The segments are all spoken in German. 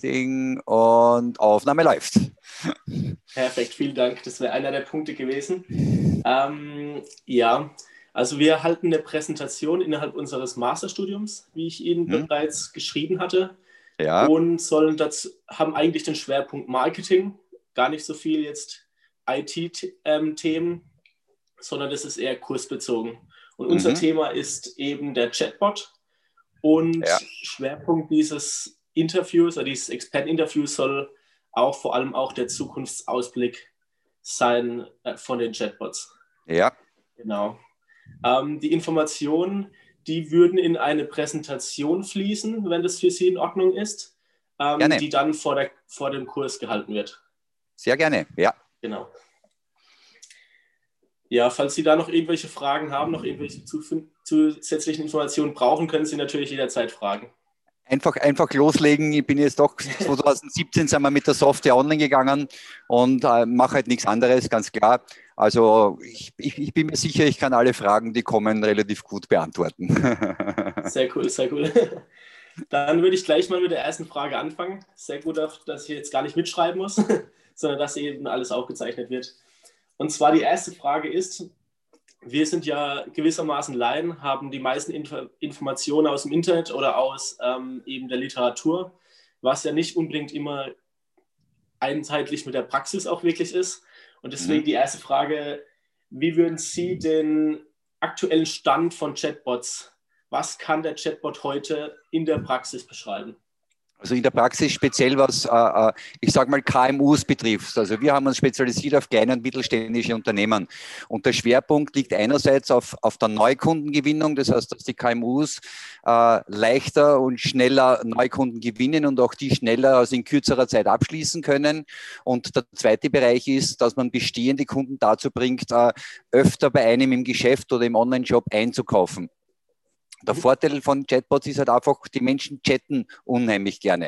Marketing und Aufnahme läuft. Perfekt, vielen Dank. Das wäre einer der Punkte gewesen. Ja, also wir halten eine Präsentation innerhalb unseres Masterstudiums, wie ich Ihnen bereits geschrieben hatte, Ja. und haben eigentlich den Schwerpunkt Marketing, gar nicht so viel jetzt IT-Themen, sondern das ist eher kursbezogen. Und unser Thema ist eben der Chatbot. Und Schwerpunkt dieses Interviews oder dieses Experteninterviews soll auch vor allem auch der Zukunftsausblick sein von den Chatbots. Ja. Genau. Die Informationen, die würden in eine Präsentation fließen, wenn das für Sie in Ordnung ist, die dann vor dem Kurs gehalten wird. Sehr gerne, ja. Genau. Ja, falls Sie da noch irgendwelche Fragen haben, noch irgendwelche zusätzlichen Informationen brauchen, können Sie natürlich jederzeit fragen. Einfach loslegen. Ich bin jetzt doch 2017 sind wir mit der Software online gegangen und mache halt nichts anderes, ganz klar. Also ich bin mir sicher, ich kann alle Fragen, die kommen, relativ gut beantworten. Sehr cool, sehr cool. Dann würde ich gleich mal mit der ersten Frage anfangen. Sehr gut, dass ich jetzt gar nicht mitschreiben muss, sondern dass eben alles aufgezeichnet wird. Und zwar die erste Frage ist, wir sind ja gewissermaßen Laien, haben die meisten Informationen aus dem Internet oder aus eben der Literatur, was ja nicht unbedingt immer einheitlich mit der Praxis auch wirklich ist. Und deswegen die erste Frage, wie würden Sie den aktuellen Stand von Chatbots, was kann der Chatbot heute in der Praxis beschreiben? Also in der Praxis speziell was, ich sage mal, KMUs betrifft. Also wir haben uns spezialisiert auf kleine und mittelständische Unternehmen. Und der Schwerpunkt liegt einerseits auf der Neukundengewinnung. Das heißt, dass die KMUs leichter und schneller Neukunden gewinnen und auch die schneller, also in kürzerer Zeit abschließen können. Und der zweite Bereich ist, dass man bestehende Kunden dazu bringt, öfter bei einem im Geschäft oder im Online-Shop einzukaufen. Der Vorteil von Chatbots ist halt einfach, die Menschen chatten unheimlich gerne.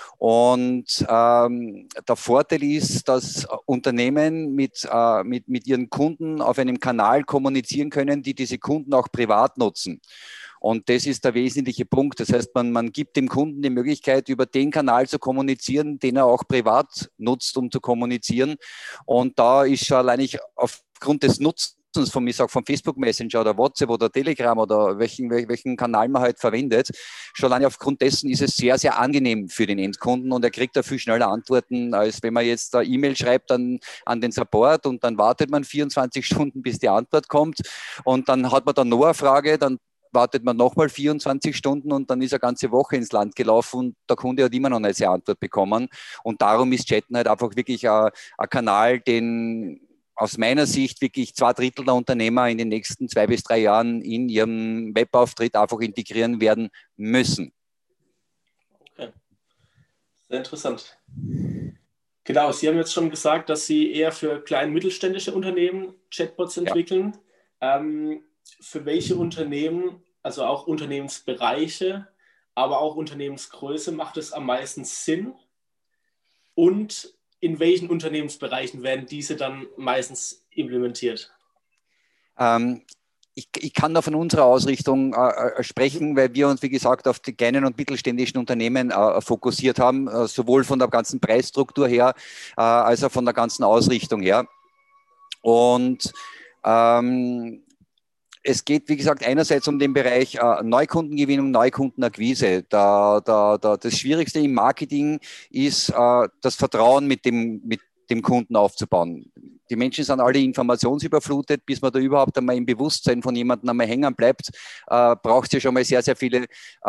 Und der Vorteil ist, dass Unternehmen mit ihren Kunden auf einem Kanal kommunizieren können, die diese Kunden auch privat nutzen. Und das ist der wesentliche Punkt. Das heißt, man gibt dem Kunden die Möglichkeit, über den Kanal zu kommunizieren, den er auch privat nutzt, um zu kommunizieren. Und da ist schon allein aufgrund des Nutzens vom Facebook Messenger oder WhatsApp oder Telegram oder welchen Kanal man halt verwendet, schon allein aufgrund dessen ist es sehr, sehr angenehm für den Endkunden und er kriegt da viel schneller Antworten, als wenn man jetzt da E-Mail schreibt an den Support und dann wartet man 24 Stunden, bis die Antwort kommt und dann hat man dann noch eine Frage, dann wartet man nochmal 24 Stunden und dann ist eine ganze Woche ins Land gelaufen und der Kunde hat immer noch nicht seine Antwort bekommen. Und darum ist Chatten halt einfach wirklich ein Kanal, den aus meiner Sicht wirklich 2/3 der Unternehmer in den nächsten 2 bis 3 Jahren in ihrem Webauftritt einfach integrieren werden müssen. Okay, sehr interessant. Genau, Sie haben jetzt schon gesagt, dass Sie eher für kleine mittelständische Unternehmen Chatbots entwickeln. Ja. Für welche Unternehmen, also auch Unternehmensbereiche, aber auch Unternehmensgröße macht es am meisten Sinn? Und in welchen Unternehmensbereichen werden diese dann meistens implementiert? Ich kann da von unserer Ausrichtung sprechen, weil wir uns, wie gesagt, auf die kleinen und mittelständischen Unternehmen fokussiert haben, sowohl von der ganzen Preisstruktur her, als auch von der ganzen Ausrichtung her. Und es geht, wie gesagt, einerseits um den Bereich Neukundengewinnung, Neukundenakquise. Das Schwierigste im Marketing ist, das Vertrauen mit dem Kunden aufzubauen. Die Menschen sind alle informationsüberflutet, bis man da überhaupt einmal im Bewusstsein von jemandem einmal hängen bleibt, braucht es ja schon mal sehr, sehr viele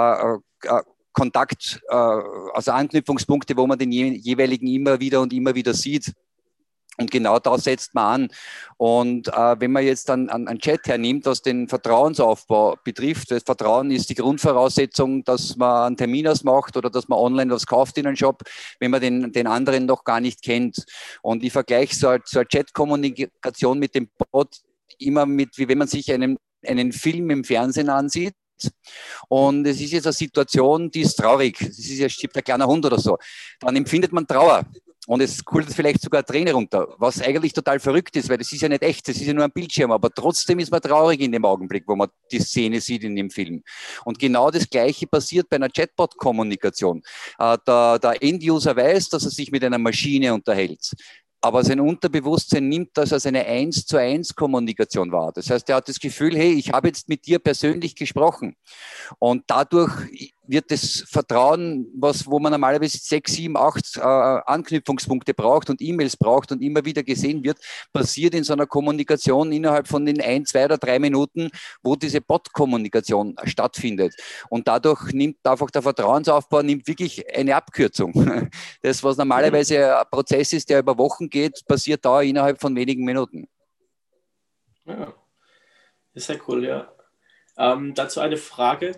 also Anknüpfungspunkte, wo man den jeweiligen immer wieder sieht. Und genau da setzt man an. Und wenn man jetzt einen Chat hernimmt, was den Vertrauensaufbau betrifft, das Vertrauen ist die Grundvoraussetzung, dass man einen Termin ausmacht oder dass man online was kauft in einem Shop, wenn man den anderen noch gar nicht kennt. Und ich vergleiche so eine Chat-Kommunikation mit dem Bot immer mit, wie wenn man sich einen Film im Fernsehen ansieht. Und es ist jetzt eine Situation, die ist traurig. Es ist ja, stirbt ein kleiner Hund oder so. Dann empfindet man Trauer. und es kultet vielleicht sogar Träne runter, was eigentlich total verrückt ist, weil das ist ja nicht echt, das ist ja nur ein Bildschirm, aber trotzdem ist man traurig in dem Augenblick, wo man die Szene sieht in dem Film. Und genau das Gleiche passiert bei einer Chatbot-Kommunikation. Der End-User weiß, dass er sich mit einer Maschine unterhält. Aber sein Unterbewusstsein nimmt das als eine 1:1 Kommunikation wahr. Das heißt, er hat das Gefühl, hey, ich habe jetzt mit dir persönlich gesprochen. Und dadurch wird das Vertrauen, wo man normalerweise 6, 7, 8 Anknüpfungspunkte braucht und E-Mails braucht und immer wieder gesehen wird, passiert in so einer Kommunikation innerhalb von den 1, 2 oder 3 Minuten, wo diese Bot-Kommunikation stattfindet. Und dadurch nimmt einfach der Vertrauensaufbau wirklich eine Abkürzung. Das, was normalerweise ein Prozess ist, der über Wochen geht, passiert da innerhalb von wenigen Minuten. Ja, ist sehr cool, ja. Dazu eine Frage.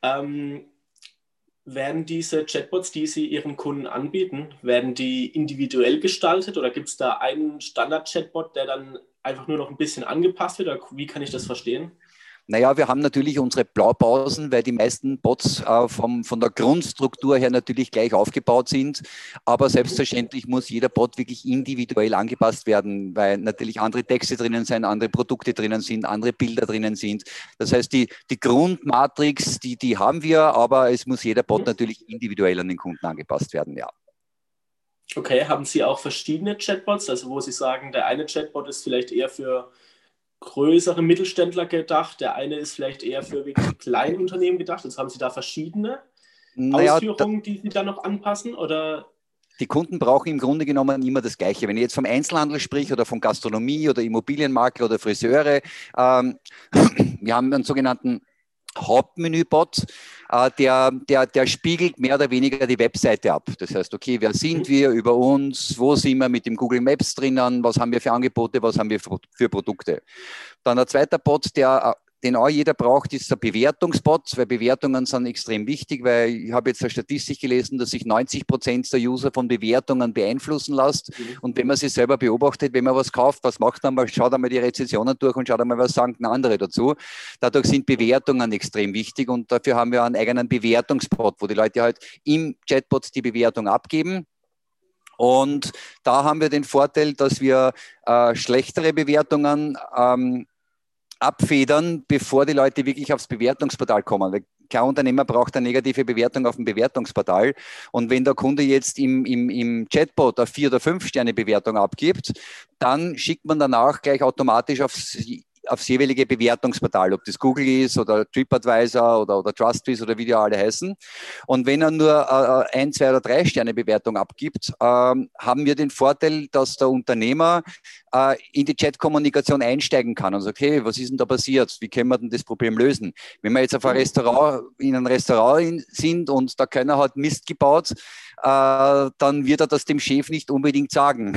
Werden diese Chatbots, die Sie Ihren Kunden anbieten, werden die individuell gestaltet oder gibt es da einen Standard-Chatbot, der dann einfach nur noch ein bisschen angepasst wird? Oder wie kann ich das verstehen? Naja, wir haben natürlich unsere Blaupausen, weil die meisten Bots von der Grundstruktur her natürlich gleich aufgebaut sind. Aber selbstverständlich muss jeder Bot wirklich individuell angepasst werden, weil natürlich andere Texte drinnen sind, andere Produkte drinnen sind, andere Bilder drinnen sind. Das heißt, die Grundmatrix, die haben wir, aber es muss jeder Bot natürlich individuell an den Kunden angepasst werden, ja. Okay, haben Sie auch verschiedene Chatbots, also wo Sie sagen, der eine Chatbot ist vielleicht eher für größere Mittelständler gedacht, der eine ist vielleicht eher für wirklich Kleinunternehmen gedacht. Also haben Sie da verschiedene Naja, Ausführungen, die Sie dann noch anpassen? Oder? die Kunden brauchen im Grunde genommen immer das Gleiche. Wenn ich jetzt vom Einzelhandel spreche oder von Gastronomie oder Immobilienmakler oder Friseure, wir haben einen sogenannten Hauptmenü-Bot, der spiegelt mehr oder weniger die Webseite ab. Das heißt, okay, wer sind wir über uns, wo sind wir mit dem Google Maps drinnen, was haben wir für Angebote, was haben wir für Produkte. Dann ein zweiter Bot, den auch jeder braucht, ist der Bewertungsbot, weil Bewertungen sind extrem wichtig, weil ich habe jetzt eine Statistik gelesen, dass sich 90% der User von Bewertungen beeinflussen lässt. Und wenn man sich selber beobachtet, wenn man was kauft, was macht man mal? Schaut einmal die Rezensionen durch und schaut einmal, was sagen andere dazu. Dadurch sind Bewertungen extrem wichtig und dafür haben wir einen eigenen Bewertungsbot, wo die Leute halt im Chatbot die Bewertung abgeben. Und da haben wir den Vorteil, dass wir schlechtere Bewertungen abfedern, bevor die Leute wirklich aufs Bewertungsportal kommen. Weil kein Unternehmer braucht eine negative Bewertung auf dem Bewertungsportal. Und wenn der Kunde jetzt im Chatbot eine 4- oder 5-Sterne-Bewertung abgibt, dann schickt man danach gleich automatisch aufs jeweilige Bewertungsportal, ob das Google ist oder TripAdvisor oder TrustWiz oder wie die alle heißen. Und wenn er nur 1, 2 oder 3 Sterne Bewertung abgibt, haben wir den Vorteil, dass der Unternehmer in die Chatkommunikation einsteigen kann und sagt, hey, was ist denn da passiert? Wie können wir denn das Problem lösen? Wenn wir jetzt auf in einem Restaurant sind und der Kellner hat Mist gebaut, dann wird er das dem Chef nicht unbedingt sagen.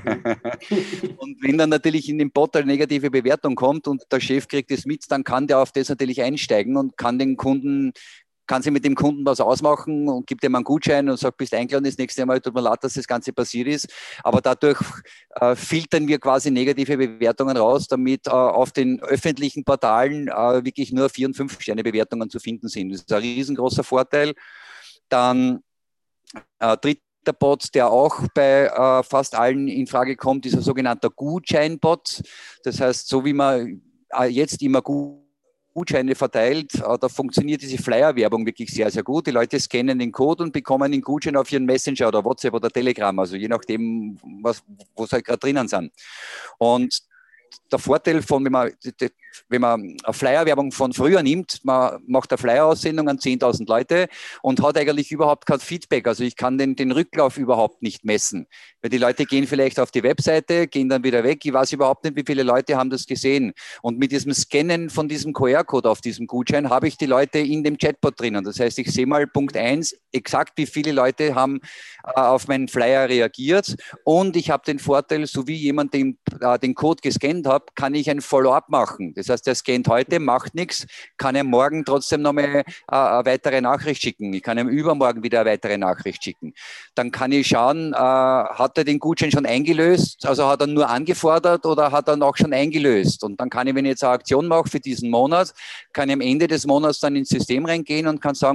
Und wenn dann natürlich in dem Bot eine negative Bewertung kommt und der Chef kriegt es mit, dann kann der auf das natürlich einsteigen und kann sie mit dem Kunden was ausmachen und gibt ihm einen Gutschein und sagt, bist eingeladen, das nächste Mal, tut mir leid, dass das Ganze passiert ist. Aber dadurch filtern wir quasi negative Bewertungen raus, damit auf den öffentlichen Portalen wirklich nur 4- und 5-Sterne-Bewertungen zu finden sind. Das ist ein riesengroßer Vorteil. Dann dritter Bot, der auch bei fast allen in Frage kommt, ist ein sogenannter Gutscheinbot. Das heißt, so wie man jetzt immer Gutscheine verteilt, da funktioniert diese Flyer-Werbung wirklich sehr, sehr gut. Die Leute scannen den Code und bekommen den Gutschein auf ihren Messenger oder WhatsApp oder Telegram, also je nachdem, wo sie halt gerade drinnen sind. Und der Vorteil von, wenn man eine Flyer-Werbung von früher nimmt, man macht eine Flyer-Aussendung an 10.000 Leute und hat eigentlich überhaupt kein Feedback. Also ich kann den Rücklauf überhaupt nicht messen. Weil die Leute gehen vielleicht auf die Webseite, gehen dann wieder weg. Ich weiß überhaupt nicht, wie viele Leute haben das gesehen. Und mit diesem Scannen von diesem QR-Code auf diesem Gutschein habe ich die Leute in dem Chatbot drinnen. Das heißt, ich sehe mal Punkt 1, exakt wie viele Leute haben auf meinen Flyer reagiert. Und ich habe den Vorteil, so wie jemand den Code gescannt hat, kann ich ein Follow-up machen. Das heißt, der scannt heute, macht nichts, kann er morgen trotzdem nochmal eine weitere Nachricht schicken. Ich kann ihm übermorgen wieder eine weitere Nachricht schicken. Dann kann ich schauen, hat er den Gutschein schon eingelöst, also hat er nur angefordert oder hat er auch schon eingelöst? Und dann kann ich, wenn ich jetzt eine Aktion mache für diesen Monat, kann ich am Ende des Monats dann ins System reingehen und kann sagen,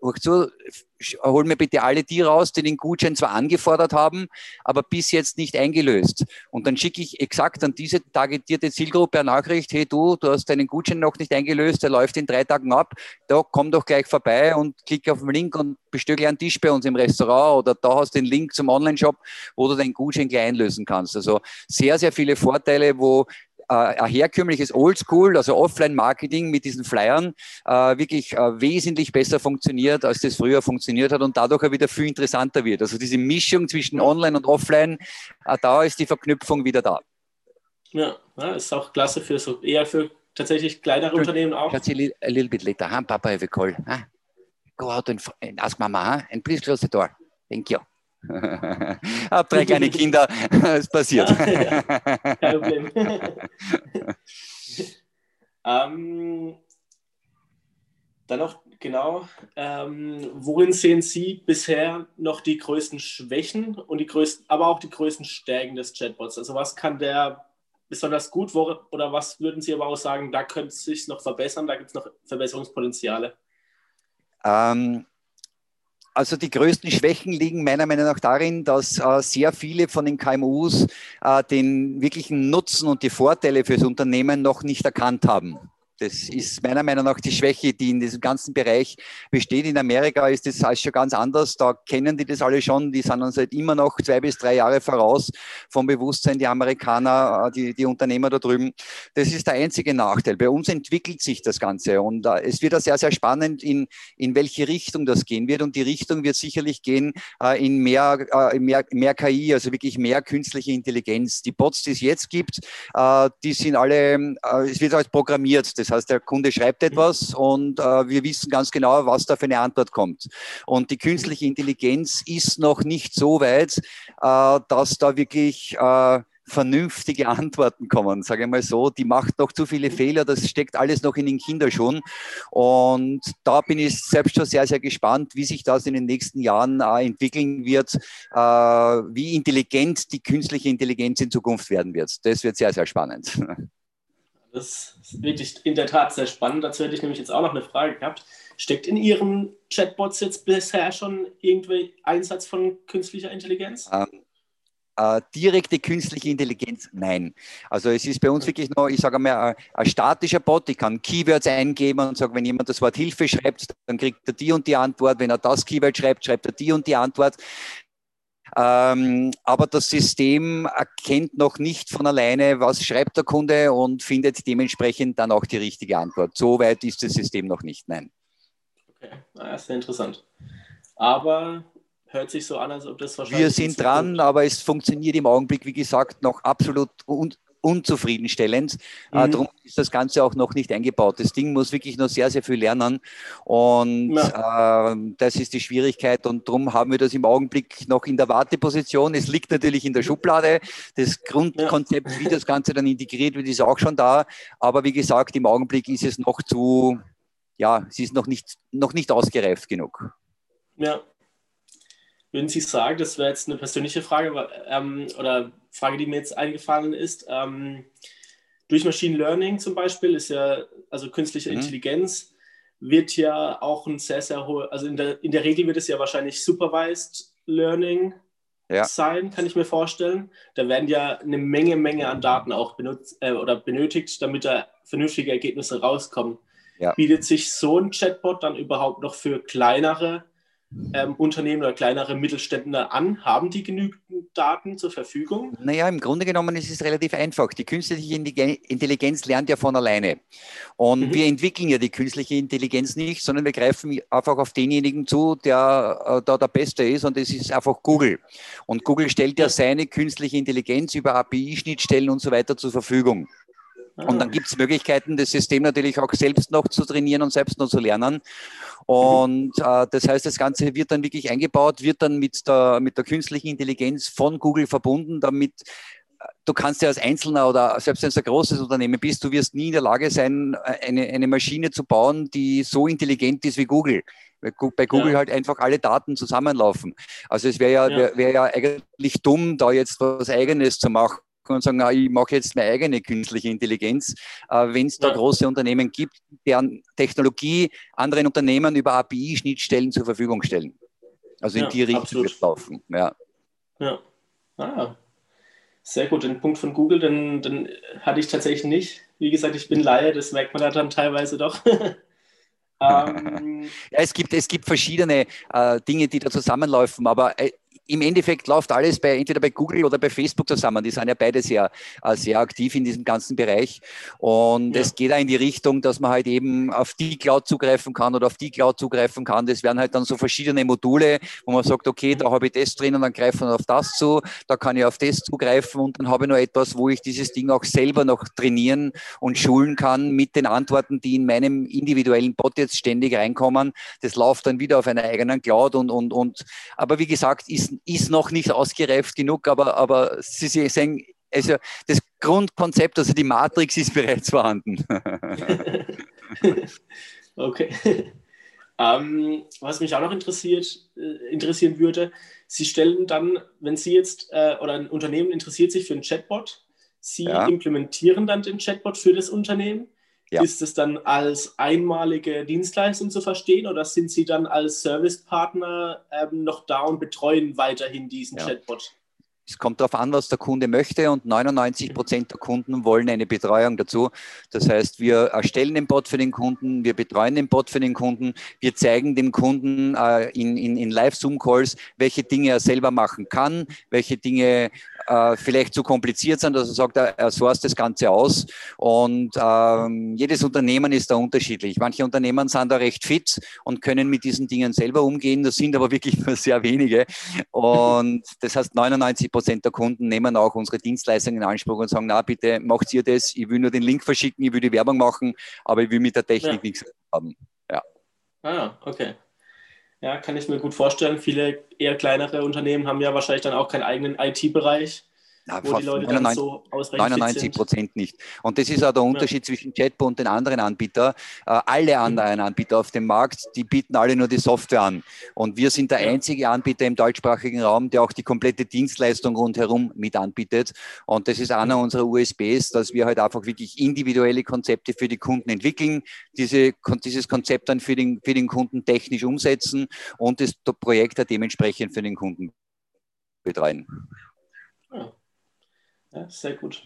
hol mir bitte alle die raus, die den Gutschein zwar angefordert haben, aber bis jetzt nicht eingelöst. Und dann schicke ich exakt an diese targetierte Zielgruppe eine Nachricht, hey du hast deinen Gutschein noch nicht eingelöst, der läuft in 3 Tagen ab, da komm doch gleich vorbei und klick auf den Link und bestell gleich einen Tisch bei uns im Restaurant oder da hast du den Link zum Online-Shop, wo du deinen Gutschein gleich einlösen kannst. Also sehr, sehr viele Vorteile, wo ein herkömmliches Oldschool, also Offline-Marketing mit diesen Flyern wirklich wesentlich besser funktioniert, als das früher funktioniert hat und dadurch auch wieder viel interessanter wird. Also diese Mischung zwischen Online und Offline, da ist die Verknüpfung wieder da. Ja, ist auch klasse eher für tatsächlich kleinere Unternehmen auch. Schatzi, a little bit later, huh? Papa, have a call. Huh? Go out and ask Mama, huh? And please close the door. Thank you. Hab 3 kleine Kinder, es passiert. Ja, kein Problem. Dann noch genau, worin sehen Sie bisher noch die größten Schwächen und aber auch die größten Stärken des Chatbots? Also was kann der besonders gut, oder was würden Sie aber auch sagen, da könnte es sich noch verbessern, da gibt es noch Verbesserungspotenziale? Also die größten Schwächen liegen meiner Meinung nach darin, dass sehr viele von den KMUs den wirklichen Nutzen und die Vorteile fürs Unternehmen noch nicht erkannt haben. Das ist meiner Meinung nach die Schwäche, die in diesem ganzen Bereich besteht. In Amerika ist das alles schon ganz anders. Da kennen die das alle schon. Die sind uns halt immer noch 2 bis 3 Jahre voraus vom Bewusstsein, die Amerikaner, die Unternehmer da drüben. Das ist der einzige Nachteil. Bei uns entwickelt sich das Ganze und es wird auch sehr, sehr spannend, in welche Richtung das gehen wird. Und die Richtung wird sicherlich gehen in mehr KI, also wirklich mehr künstliche Intelligenz. Die Bots, die es jetzt gibt, die sind alle, es wird halt programmiert. Das heißt, der Kunde schreibt etwas und wir wissen ganz genau, was da für eine Antwort kommt. Und die künstliche Intelligenz ist noch nicht so weit, dass da wirklich vernünftige Antworten kommen, sage ich mal so. Die macht noch zu viele Fehler, das steckt alles noch in den Kinderschuhen. Und da bin ich selbst schon sehr, sehr gespannt, wie sich das in den nächsten Jahren entwickeln wird, wie intelligent die künstliche Intelligenz in Zukunft werden wird. Das wird sehr, sehr spannend. Das ist wirklich in der Tat sehr spannend. Dazu hätte ich nämlich jetzt auch noch eine Frage gehabt. Steckt in Ihren Chatbots jetzt bisher schon irgendwie Einsatz von künstlicher Intelligenz? Direkte künstliche Intelligenz, nein. Also es ist bei uns wirklich noch, ich sage mal, ein statischer Bot. Ich kann Keywords eingeben und sage, wenn jemand das Wort Hilfe schreibt, dann kriegt er die und die Antwort. Wenn er das Keyword schreibt, schreibt er die und die Antwort. Aber das System erkennt noch nicht von alleine, was schreibt der Kunde und findet dementsprechend dann auch die richtige Antwort. So weit ist das System noch nicht, nein. Okay, sehr interessant. Aber hört sich so an, als ob das wahrscheinlich... Wir sind dran, aber es funktioniert im Augenblick, wie gesagt, noch absolut unzufriedenstellend. Darum ist das Ganze auch noch nicht eingebaut. Das Ding muss wirklich noch sehr, sehr viel lernen und das ist die Schwierigkeit und darum haben wir das im Augenblick noch in der Warteposition. Es liegt natürlich in der Schublade. Das Grundkonzept, wie das Ganze dann integriert wird, ist auch schon da, aber wie gesagt, im Augenblick ist es noch es ist noch nicht ausgereift genug. Ja. Würden Sie sagen, das wäre jetzt eine persönliche Frage oder Frage, die mir jetzt eingefallen ist, durch Machine Learning zum Beispiel ist ja, also künstliche Intelligenz wird ja auch ein sehr, sehr hohes, also in der Regel wird es ja wahrscheinlich Supervised Learning sein, kann ich mir vorstellen. Da werden ja eine Menge an Daten auch benötigt, damit da vernünftige Ergebnisse rauskommen. Ja. Bietet sich so ein Chatbot dann überhaupt noch für kleinere Unternehmen oder kleinere Mittelständler an? Haben die genügend Daten zur Verfügung? Naja, im Grunde genommen ist es relativ einfach. Die künstliche Intelligenz lernt ja von alleine. Und wir entwickeln ja die künstliche Intelligenz nicht, sondern wir greifen einfach auf denjenigen zu, der da der Beste ist und das ist einfach Google. Und Google stellt ja seine künstliche Intelligenz über API-Schnittstellen und so weiter zur Verfügung. Und dann gibt es Möglichkeiten, das System natürlich auch selbst noch zu trainieren und selbst noch zu lernen. Und das heißt, das Ganze wird dann wirklich eingebaut, wird dann mit der künstlichen Intelligenz von Google verbunden, damit du kannst ja als Einzelner oder selbst wenn es ein großes Unternehmen bist, du wirst nie in der Lage sein, eine Maschine zu bauen, die so intelligent ist wie Google. Weil bei Google halt einfach alle Daten zusammenlaufen. Also es wäre ja eigentlich dumm, da jetzt was Eigenes zu machen und sagen, ich mache jetzt meine eigene künstliche Intelligenz, wenn es da Ja. große Unternehmen gibt, deren Technologie anderen Unternehmen über API-Schnittstellen zur Verfügung stellen. Also in Ja, die Richtung wird absolut. es laufen. Ja. Ja. Ah, sehr gut. Den Punkt von Google, den hatte ich tatsächlich nicht. Wie gesagt, ich bin Laie, das merkt man da dann teilweise doch. ähm, Ja, es gibt verschiedene Dinge, die da zusammenlaufen, aber im Endeffekt läuft alles entweder bei Google oder bei Facebook zusammen. Die sind ja beide sehr aktiv in diesem ganzen Bereich. Und ja. es geht auch in die Richtung, dass man halt eben auf die Cloud zugreifen kann oder auf die Cloud zugreifen kann. Das werden halt dann so verschiedene Module, wo man sagt, okay, da habe ich das drin und dann greife ich auf das zu, da kann ich auf das zugreifen und dann habe ich noch etwas, wo ich dieses Ding auch selber noch trainieren und schulen kann mit den Antworten, die in meinem individuellen Bot jetzt ständig reinkommen. Das läuft dann wieder auf einer eigenen Cloud aber wie gesagt, ist noch nicht ausgereift genug, aber Sie sehen, also das Grundkonzept, also die Matrix ist bereits vorhanden. Okay. Was mich auch noch interessieren würde, Sie stellen dann, wenn Sie jetzt oder ein Unternehmen interessiert sich für einen Chatbot, Sie Ja, implementieren dann den Chatbot für das Unternehmen. ja. Ist es dann als einmalige Dienstleistung zu verstehen oder sind Sie dann als Servicepartner noch da und betreuen weiterhin diesen Ja. Chatbot? Es kommt darauf an, was der Kunde möchte und 99% der Kunden wollen eine Betreuung dazu. Das heißt, wir erstellen den Bot für den Kunden, wir betreuen den Bot für den Kunden, wir zeigen dem Kunden in Live-Zoom-Calls, welche Dinge er selber machen kann, welche Dinge vielleicht zu kompliziert sind, dass er sagt, er source das Ganze aus. Und jedes Unternehmen ist da unterschiedlich. Manche Unternehmen sind da recht fit und können mit diesen Dingen selber umgehen. Das sind aber wirklich nur sehr wenige. Und das heißt, 99% der Kunden nehmen auch unsere Dienstleistungen in Anspruch und sagen, na bitte, macht ihr das, ich will nur den Link verschicken, ich will die Werbung machen, aber ich will mit der Technik Ja. nichts haben. Ja. Ah, okay. Ja, kann ich mir gut vorstellen. Viele eher kleinere Unternehmen haben ja wahrscheinlich dann auch keinen eigenen IT-Bereich, Na, wo die fast Leute dann so ausreichend fit sind. 99% nicht. Und das ist auch der Ja. Unterschied zwischen Chatbot und den anderen Anbietern. Alle Mhm. anderen Anbieter auf dem Markt, die bieten alle nur die Software an. Und wir sind der Ja. einzige Anbieter im deutschsprachigen Raum, der auch die komplette Dienstleistung rundherum mit anbietet. Und das ist einer Mhm. unserer USPs, dass wir halt einfach wirklich individuelle Konzepte für die Kunden entwickeln, dieses Konzept dann für den Kunden technisch umsetzen und das Projekt dann dementsprechend für den Kunden betreuen. Ja. Ja, sehr gut.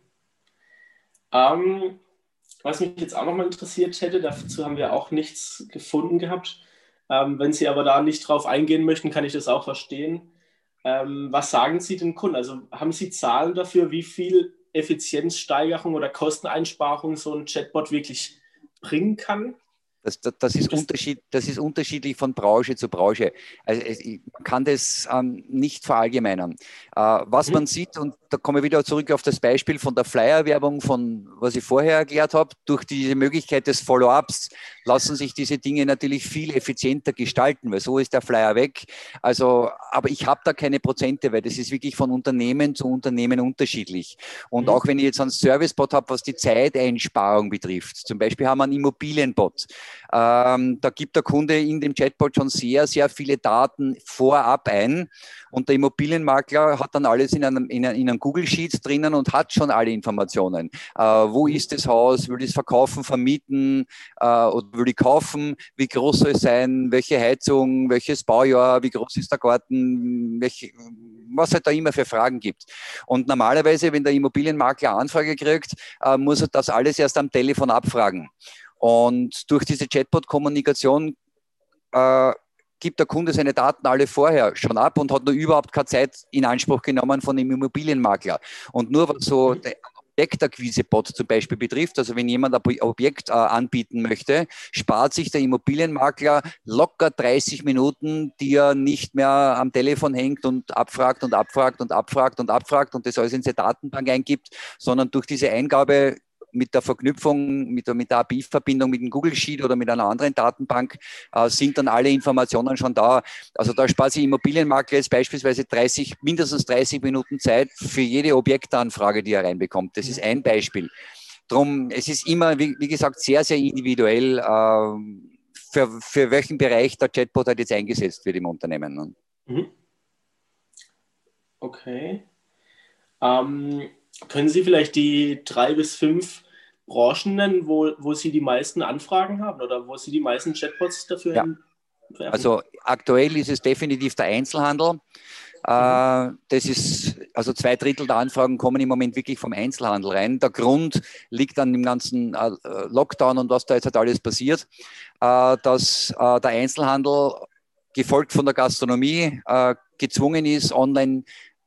ähm, Was mich jetzt auch nochmal interessiert hätte, dazu haben wir auch nichts gefunden gehabt. Wenn Sie aber da nicht drauf eingehen möchten, kann ich das auch verstehen. Was sagen Sie den Kunden? Also haben Sie Zahlen dafür, wie viel Effizienzsteigerung oder Kosteneinsparung so ein Chatbot wirklich bringen kann? Das, Das ist unterschiedlich von Branche zu Branche. Also man kann das nicht verallgemeinern. Was man mhm. sieht, und da komme ich wieder zurück auf das Beispiel von der Flyer-Werbung, von was ich vorher erklärt habe, durch diese Möglichkeit des Follow-ups lassen sich diese Dinge natürlich viel effizienter gestalten, weil so ist der Flyer weg. Also, aber ich habe da keine Prozente, weil das ist wirklich von Unternehmen zu Unternehmen unterschiedlich. Und Mhm. auch wenn ich jetzt einen Servicebot habe, was die Zeiteinsparung betrifft, zum Beispiel haben wir einen Immobilienbot. Da gibt der Kunde in dem Chatbot schon sehr viele Daten vorab ein und der Immobilienmakler hat dann alles in einem Google Sheet drinnen und hat schon alle Informationen. Wo Mhm. ist das Haus? Will ich es verkaufen, vermieten oder will ich kaufen? Wie groß soll es sein? Welche Heizung? Welches Baujahr? Wie groß ist der Garten? Was halt da immer für Fragen gibt. Und normalerweise, wenn der Immobilienmakler Anfrage kriegt, muss er das alles erst am Telefon abfragen. Und durch diese Chatbot-Kommunikation gibt der Kunde seine Daten alle vorher schon ab und hat nur überhaupt keine Zeit in Anspruch genommen von dem Immobilienmakler. Und nur was so Mhm. der Objektakquise-Bot zum Beispiel betrifft, also wenn jemand ein Objekt anbieten möchte, spart sich der Immobilienmakler locker 30 Minuten, die er nicht mehr am Telefon hängt und abfragt und abfragt und abfragt und abfragt und das alles in seine Datenbank eingibt, sondern durch diese Eingabe mit der Verknüpfung, mit der API-Verbindung mit dem Google Sheet oder mit einer anderen Datenbank sind dann alle Informationen schon da. Also da spart sich Immobilienmakler jetzt beispielsweise mindestens 30 Minuten Zeit für jede Objektanfrage, die er reinbekommt. Das ist ein Beispiel. Drum, es ist immer, wie gesagt, sehr individuell, für welchen Bereich der Chatbot halt jetzt eingesetzt wird im Unternehmen. Mhm. Okay. Ähm, Können Sie vielleicht die 3 bis 5 Branchen nennen, wo Sie die meisten Anfragen haben oder wo Sie die meisten Chatbots dafür Ja, entwerfen? also aktuell ist es definitiv der Einzelhandel. Das ist, also 2 Drittel der Anfragen kommen im Moment wirklich vom Einzelhandel rein. Der Grund liegt an dem ganzen Lockdown und was da jetzt halt alles passiert, dass der Einzelhandel, gefolgt von der Gastronomie, gezwungen ist, online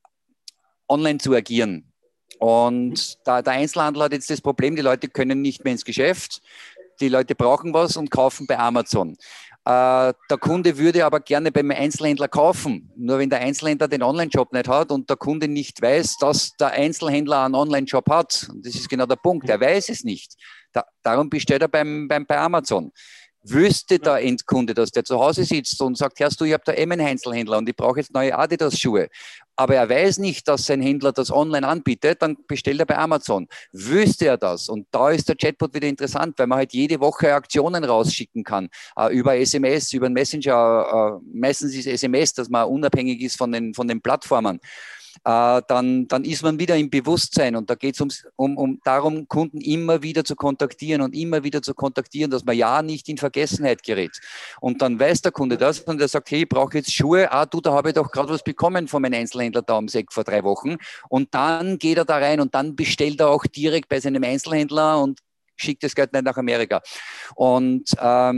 zu agieren. Und der Einzelhandel hat jetzt das Problem, die Leute können nicht mehr ins Geschäft, die Leute brauchen was und kaufen bei Amazon. Der Kunde würde aber gerne beim Einzelhändler kaufen. Nur wenn der Einzelhändler den Online-Shop nicht hat und der Kunde nicht weiß, dass der Einzelhändler einen Online-Shop hat, und das ist genau der Punkt, er weiß es nicht. Darum bestellt er bei Amazon. Wüsste der Endkunde, dass der zu Hause sitzt und sagt, hörst du, ich habe da einen Einzelhändler und ich brauche jetzt neue Adidas-Schuhe, aber er weiß nicht, dass sein Händler das online anbietet, dann bestellt er bei Amazon. Wüsste er das? Und da ist der Chatbot wieder interessant, weil man halt jede Woche Aktionen rausschicken kann, über SMS, über den Messenger, meistens ist SMS, dass man unabhängig ist von den Plattformen. Dann ist man wieder im Bewusstsein und da geht es darum, Kunden immer wieder zu kontaktieren und immer wieder zu kontaktieren, dass man ja nicht in Vergessenheit gerät. Und dann weiß der Kunde das und er sagt, hey, ich brauche jetzt Schuhe, da habe ich doch gerade was bekommen von meinem Einzelhändler da ums Eck vor 3 Wochen. Und dann geht er da rein und dann bestellt er auch direkt bei seinem Einzelhändler und schickt das Geld nicht nach Amerika. Und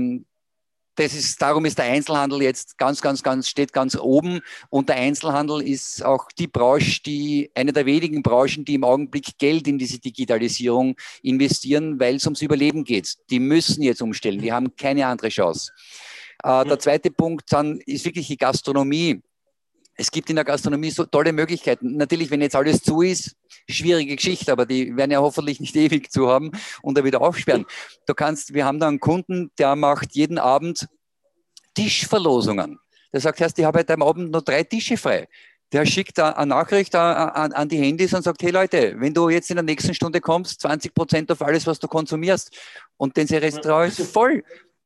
darum ist der Einzelhandel jetzt steht ganz oben und der Einzelhandel ist auch die Branche, eine der wenigen Branchen, die im Augenblick Geld in diese Digitalisierung investieren, weil es ums Überleben geht. Die müssen jetzt umstellen, die haben keine andere Chance. Der zweite Punkt dann ist wirklich die Gastronomie. Es gibt in der Gastronomie so tolle Möglichkeiten. Natürlich, wenn jetzt alles zu ist, schwierige Geschichte, aber die werden ja hoffentlich nicht ewig zu haben und da wieder aufsperren. Wir haben da einen Kunden, der macht jeden Abend Tischverlosungen. Der sagt, ich habe heute am Abend nur 3 Tische frei. Der schickt eine Nachricht an die Handys und sagt, hey Leute, wenn du jetzt in der nächsten Stunde kommst, 20% auf alles, was du konsumierst. Und denn sein Restaurant ist voll.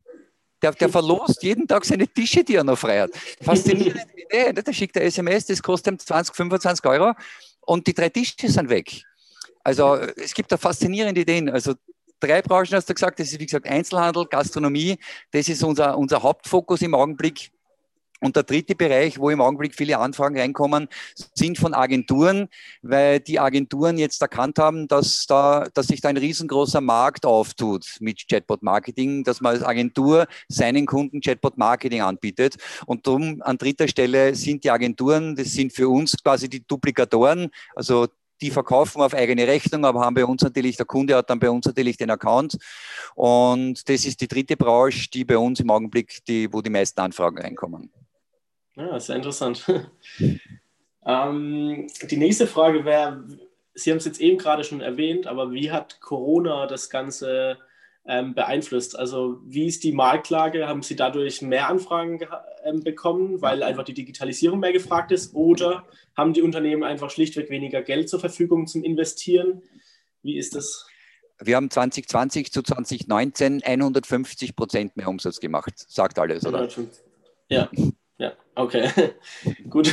Der verlost jeden Tag seine Tische, die er noch frei hat. Faszinierende Idee. Der schickt eine SMS, das kostet ihm 20, 25 Euro und die 3 Tische sind weg. Also es gibt da faszinierende Ideen. Also 3 Branchen hast du gesagt, das ist wie gesagt Einzelhandel, Gastronomie, das ist unser Hauptfokus im Augenblick. Und der dritte Bereich, wo im Augenblick viele Anfragen reinkommen, sind von Agenturen, weil die Agenturen jetzt erkannt haben, dass sich da ein riesengroßer Markt auftut mit Chatbot-Marketing, dass man als Agentur seinen Kunden Chatbot-Marketing anbietet. Und darum an dritter Stelle sind die Agenturen, das sind für uns quasi die Duplikatoren, also die verkaufen auf eigene Rechnung, aber haben bei uns natürlich, der Kunde hat dann bei uns natürlich den Account. Und das ist die dritte Branche, die bei uns im Augenblick, wo die meisten Anfragen reinkommen. Ja, sehr interessant. Die nächste Frage wäre, Sie haben es jetzt eben gerade schon erwähnt, aber wie hat Corona das Ganze beeinflusst? Also wie ist die Marktlage? Haben Sie dadurch mehr Anfragen bekommen, weil einfach die Digitalisierung mehr gefragt ist? Oder haben die Unternehmen einfach schlichtweg weniger Geld zur Verfügung zum Investieren? Wie ist das? Wir haben 2020 zu 2019 150% mehr Umsatz gemacht. Sagt alles, oder? 150. Ja, okay. Gut.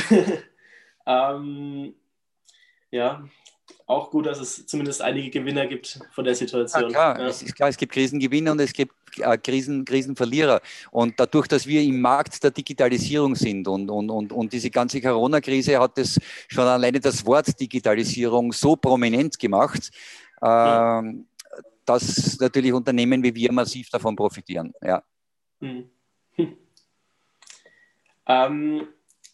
Ja, auch gut, dass es zumindest einige Gewinner gibt von der Situation. Ja, klar, es ist klar, es gibt Krisengewinner und es gibt Krisenverlierer. Und dadurch, dass wir im Markt der Digitalisierung sind und diese ganze Corona-Krise hat das schon alleine das Wort Digitalisierung so prominent gemacht, dass natürlich Unternehmen wie wir massiv davon profitieren. Ja. Einen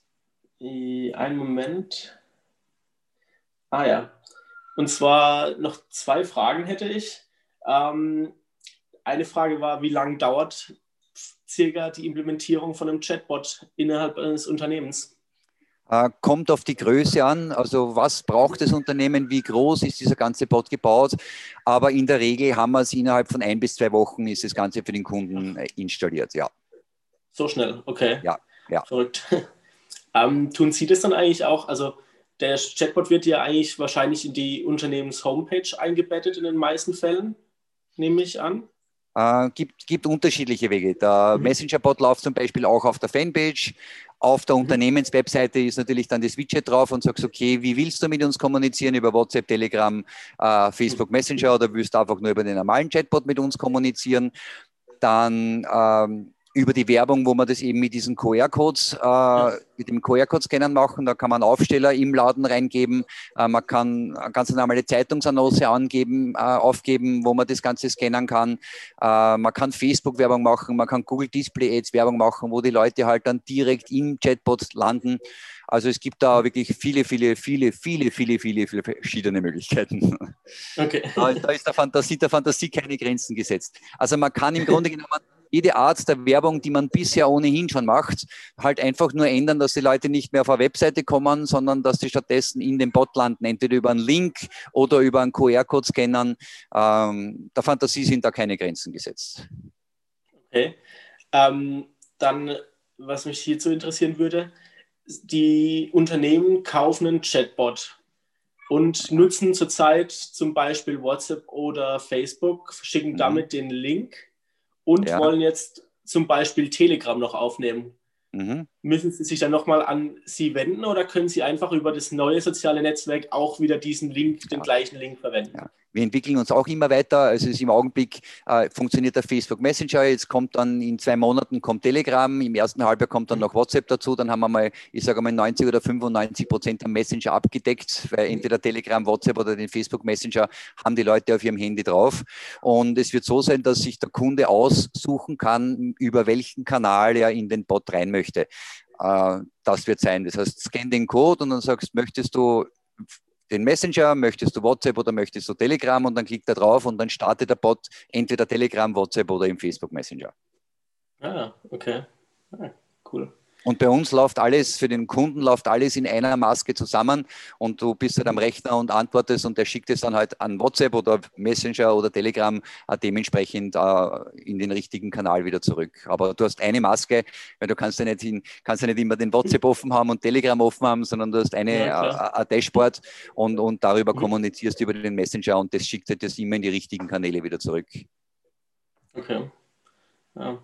Moment. Ja. Und zwar noch 2 Fragen hätte ich. Eine Frage war, wie lange dauert circa die Implementierung von einem Chatbot innerhalb eines Unternehmens? Kommt auf die Größe an, also was braucht das Unternehmen, wie groß ist dieser ganze Bot gebaut, aber in der Regel haben wir es innerhalb von 1 bis 2 Wochen ist das Ganze für den Kunden installiert, ja. So schnell, okay. Ja. Verrückt. Tun Sie das dann eigentlich auch, also der Chatbot wird ja eigentlich wahrscheinlich in die Unternehmens-Homepage eingebettet in den meisten Fällen, nehme ich an. Gibt unterschiedliche Wege. Der Messenger-Bot läuft zum Beispiel auch auf der Fanpage, Auf der Unternehmenswebseite ist natürlich dann das Widget drauf und sagst, okay, wie willst du mit uns kommunizieren? Über WhatsApp, Telegram, Facebook Messenger oder willst du einfach nur über den normalen Chatbot mit uns kommunizieren? Dann über die Werbung, wo man das eben mit diesen QR-Codes, mit dem QR-Code-Scannern machen. Da kann man Aufsteller im Laden reingeben. Man kann eine ganz normale Zeitungsannonce aufgeben, wo man das Ganze scannen kann. Man kann Facebook-Werbung machen, man kann Google Display Ads Werbung machen, wo die Leute halt dann direkt im Chatbot landen. Also es gibt da wirklich viele verschiedene Möglichkeiten. Okay. Da ist der Fantasie keine Grenzen gesetzt. Also man kann im Grunde genommen jede Art der Werbung, die man bisher ohnehin schon macht, halt einfach nur ändern, dass die Leute nicht mehr auf eine Webseite kommen, sondern dass sie stattdessen in den Bot landen, entweder über einen Link oder über einen QR-Code scannern. Der Fantasie sind da keine Grenzen gesetzt. Okay. Dann, was mich hierzu interessieren würde, die Unternehmen kaufen einen Chatbot und nutzen zurzeit zum Beispiel WhatsApp oder Facebook, schicken damit den Link und wollen jetzt zum Beispiel Telegram noch aufnehmen. Müssen Sie sich dann nochmal an Sie wenden oder können Sie einfach über das neue soziale Netzwerk auch wieder diesen Link, den gleichen Link verwenden? Ja. Wir entwickeln uns auch immer weiter. Also es ist im Augenblick funktioniert der Facebook Messenger. Jetzt kommt dann in 2 Monaten kommt Telegram. Im ersten Halbjahr kommt dann noch WhatsApp dazu. Dann haben wir mal, ich sage mal 90 oder 95% der Messenger abgedeckt, weil entweder Telegram, WhatsApp oder den Facebook Messenger haben die Leute auf ihrem Handy drauf. Und es wird so sein, dass sich der Kunde aussuchen kann, über welchen Kanal er in den Bot rein möchte. Das wird sein. Das heißt, scan den Code und dann sagst, möchtest du den Messenger, möchtest du WhatsApp oder möchtest du Telegram und dann klickt er drauf und dann startet der Bot entweder Telegram, WhatsApp oder im Facebook Messenger. Ah, okay. Ah, cool. Und bei uns läuft alles, für den Kunden läuft alles in einer Maske zusammen und du bist halt am Rechner und antwortest und der schickt es dann halt an WhatsApp oder Messenger oder Telegram dementsprechend in den richtigen Kanal wieder zurück. Aber du hast eine Maske, weil du kannst ja nicht immer den WhatsApp offen haben und Telegram offen haben, sondern du hast ein Dashboard und darüber kommunizierst über den Messenger und das schickt dir das immer in die richtigen Kanäle wieder zurück. Okay. Ja.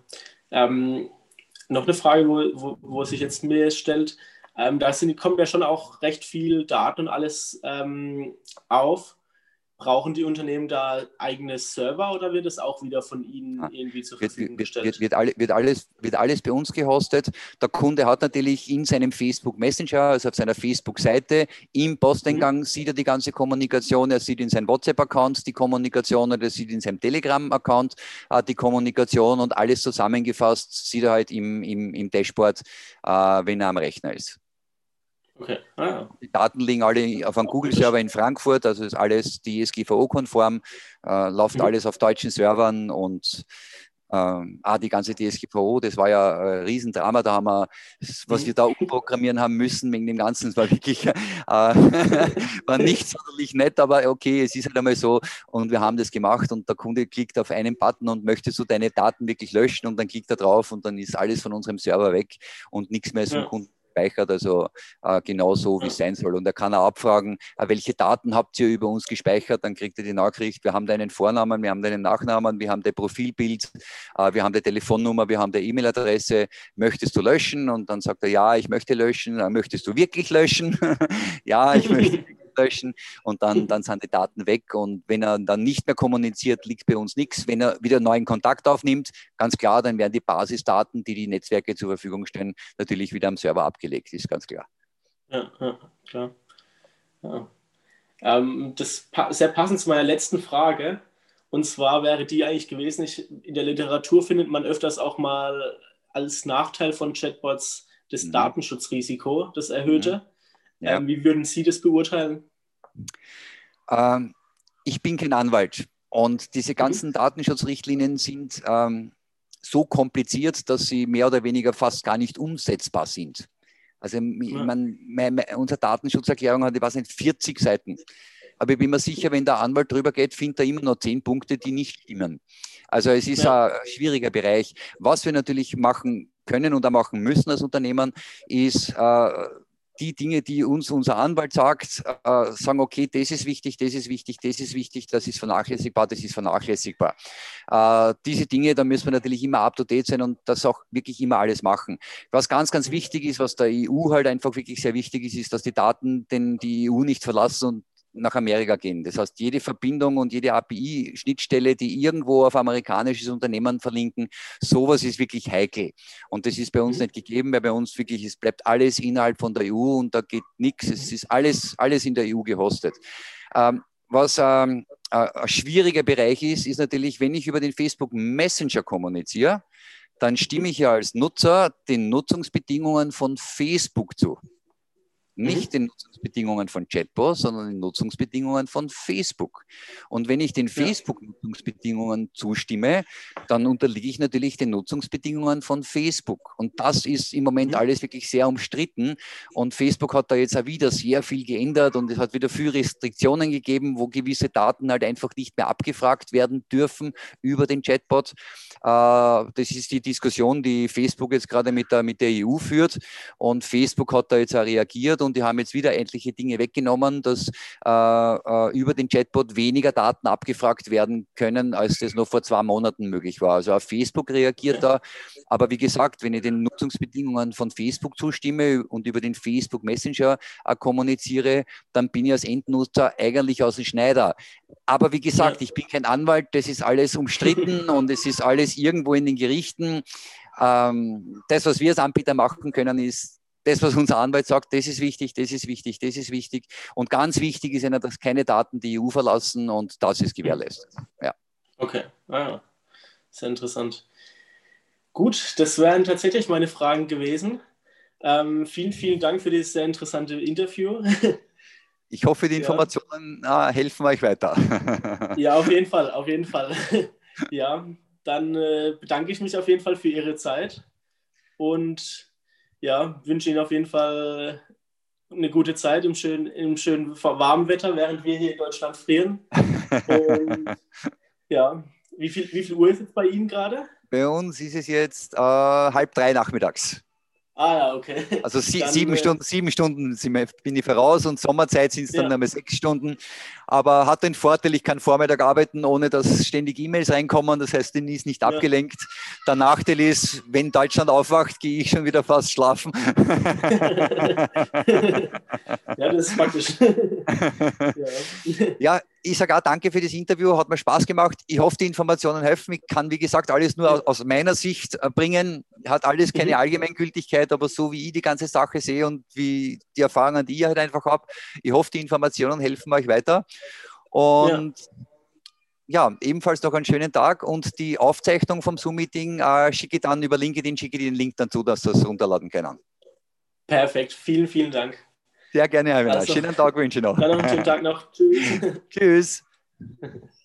Noch eine Frage, wo sich jetzt mir stellt, kommen ja schon auch recht viel Daten und alles auf. Brauchen die Unternehmen da eigene Server oder wird es auch wieder von Ihnen irgendwie zur Verfügung gestellt? Wird alles bei uns gehostet. Der Kunde hat natürlich in seinem Facebook Messenger, also auf seiner Facebook-Seite, im Posteingang sieht er die ganze Kommunikation. Er sieht in seinem WhatsApp-Account die Kommunikation oder er sieht in seinem Telegram-Account die Kommunikation und alles zusammengefasst sieht er halt im Dashboard, wenn er am Rechner ist. Okay. Die Daten liegen alle auf einem Google-Server in Frankfurt, also ist alles DSGVO-konform, läuft alles auf deutschen Servern und die ganze DSGVO, das war ja ein Riesendrama, da haben wir, was wir da umprogrammieren haben müssen wegen dem Ganzen, es war wirklich, war nicht sonderlich nett, aber okay, es ist halt einmal so und wir haben das gemacht und der Kunde klickt auf einen Button und möchtest du deine Daten wirklich löschen und dann klickt er drauf und dann ist alles von unserem Server weg und nichts mehr ist vom Kunden gespeichert, also genau so, wie es sein soll. Und er kann auch abfragen, welche Daten habt ihr über uns gespeichert, dann kriegt er die Nachricht, wir haben deinen Vornamen, wir haben deinen Nachnamen, wir haben dein Profilbild, wir haben die Telefonnummer, wir haben die E-Mail-Adresse, möchtest du löschen? Und dann sagt er, ja, ich möchte löschen. Möchtest du wirklich löschen? Ja, ich möchte löschen und dann sind die Daten weg und wenn er dann nicht mehr kommuniziert, liegt bei uns nichts. Wenn er wieder neuen Kontakt aufnimmt, ganz klar, dann werden die Basisdaten, die die Netzwerke zur Verfügung stellen, natürlich wieder am Server abgelegt, ist ganz klar. Ja, klar. Ja. Das sehr passend zu meiner letzten Frage und zwar wäre die eigentlich gewesen, in der Literatur findet man öfters auch mal als Nachteil von Chatbots das Datenschutzrisiko, das erhöhte. Ja. Wie würden Sie das beurteilen? Ich bin kein Anwalt und diese ganzen Datenschutzrichtlinien sind so kompliziert, dass sie mehr oder weniger fast gar nicht umsetzbar sind. Also unsere Datenschutzerklärung hat, ich weiß nicht, 40 Seiten. Aber ich bin mir sicher, wenn der Anwalt drüber geht, findet er immer noch 10 Punkte, die nicht stimmen. Also es ist ein schwieriger Bereich. Was wir natürlich machen können und auch machen müssen als Unternehmen, ist die Dinge, die uns unser Anwalt sagt, sagen, okay, das ist wichtig, das ist wichtig, das ist wichtig, das ist vernachlässigbar, das ist vernachlässigbar. Diese Dinge, da müssen wir natürlich immer up-to-date sein und das auch wirklich immer alles machen. Was ganz, ganz wichtig ist, was der EU halt einfach wirklich sehr wichtig ist, ist, dass die Daten die EU nicht verlassen und nach Amerika gehen. Das heißt, jede Verbindung und jede API-Schnittstelle, die irgendwo auf amerikanisches Unternehmen verlinken, sowas ist wirklich heikel. Und das ist bei uns nicht gegeben, weil bei uns wirklich, es bleibt alles innerhalb von der EU und da geht nichts. Es ist alles in der EU gehostet. Was ein schwieriger Bereich ist natürlich, wenn ich über den Facebook Messenger kommuniziere, dann stimme ich ja als Nutzer den Nutzungsbedingungen von Facebook zu. Nicht den Nutzungsbedingungen von Chatbot, sondern den Nutzungsbedingungen von Facebook. Und wenn ich den Facebook-Nutzungsbedingungen zustimme, dann unterliege ich natürlich den Nutzungsbedingungen von Facebook. Und das ist im Moment alles wirklich sehr umstritten. Und Facebook hat da jetzt auch wieder sehr viel geändert und es hat wieder viele Restriktionen gegeben, wo gewisse Daten halt einfach nicht mehr abgefragt werden dürfen über den Chatbot. Das ist die Diskussion, die Facebook jetzt gerade mit der EU führt. Und Facebook hat da jetzt auch reagiert und die haben jetzt wieder etliche Dinge weggenommen, dass über den Chatbot weniger Daten abgefragt werden können, als das noch vor 2 Monaten möglich war. Also auf Facebook reagiert da. Aber wie gesagt, wenn ich den Nutzungsbedingungen von Facebook zustimme und über den Facebook Messenger kommuniziere, dann bin ich als Endnutzer eigentlich aus dem Schneider. Aber wie gesagt, ich bin kein Anwalt, das ist alles umstritten und es ist alles irgendwo in den Gerichten. Das, was wir als Anbieter machen können, ist das, was unser Anwalt sagt, das ist wichtig, das ist wichtig, das ist wichtig. Und ganz wichtig ist ja, dass keine Daten die EU verlassen und das ist gewährleistet. Ja. Okay, sehr interessant. Gut, das wären tatsächlich meine Fragen gewesen. Vielen, vielen Dank für dieses sehr interessante Interview. Ich hoffe, die Informationen helfen euch weiter. Ja, auf jeden Fall, auf jeden Fall. Ja, dann bedanke ich mich auf jeden Fall für Ihre Zeit und ja, wünsche Ihnen auf jeden Fall eine gute Zeit im schönen warmen Wetter, während wir hier in Deutschland frieren. Und ja, wie viel Uhr ist jetzt bei Ihnen gerade? Bei uns ist es jetzt 2:30 nachmittags. Ja, okay. Also 7 Stunden bin ich voraus und Sommerzeit sind es dann einmal 6 Stunden. Aber hat den Vorteil, ich kann Vormittag arbeiten, ohne dass ständig E-Mails reinkommen. Das heißt, ich ist nicht abgelenkt. Der Nachteil ist, wenn Deutschland aufwacht, gehe ich schon wieder fast schlafen. Ja, das ist praktisch. Ja, ich sage auch danke für das Interview, hat mir Spaß gemacht. Ich hoffe, die Informationen helfen. Ich kann, wie gesagt, alles nur aus meiner Sicht bringen. Hat alles keine Allgemeingültigkeit, aber so wie ich die ganze Sache sehe und wie die Erfahrungen, die ich halt einfach habe, ich hoffe, die Informationen helfen euch weiter. Und ja, ebenfalls noch einen schönen Tag und die Aufzeichnung vom Zoom-Meeting schicke ich dann über LinkedIn, schicke ich den Link dann zu, dass Sie das runterladen können. Perfekt, vielen, vielen Dank. Sehr gerne, Herr Wiener. Schönen Tag wünsche ich noch. Dann noch einen schönen Tag noch. Tschüss. Tschüss.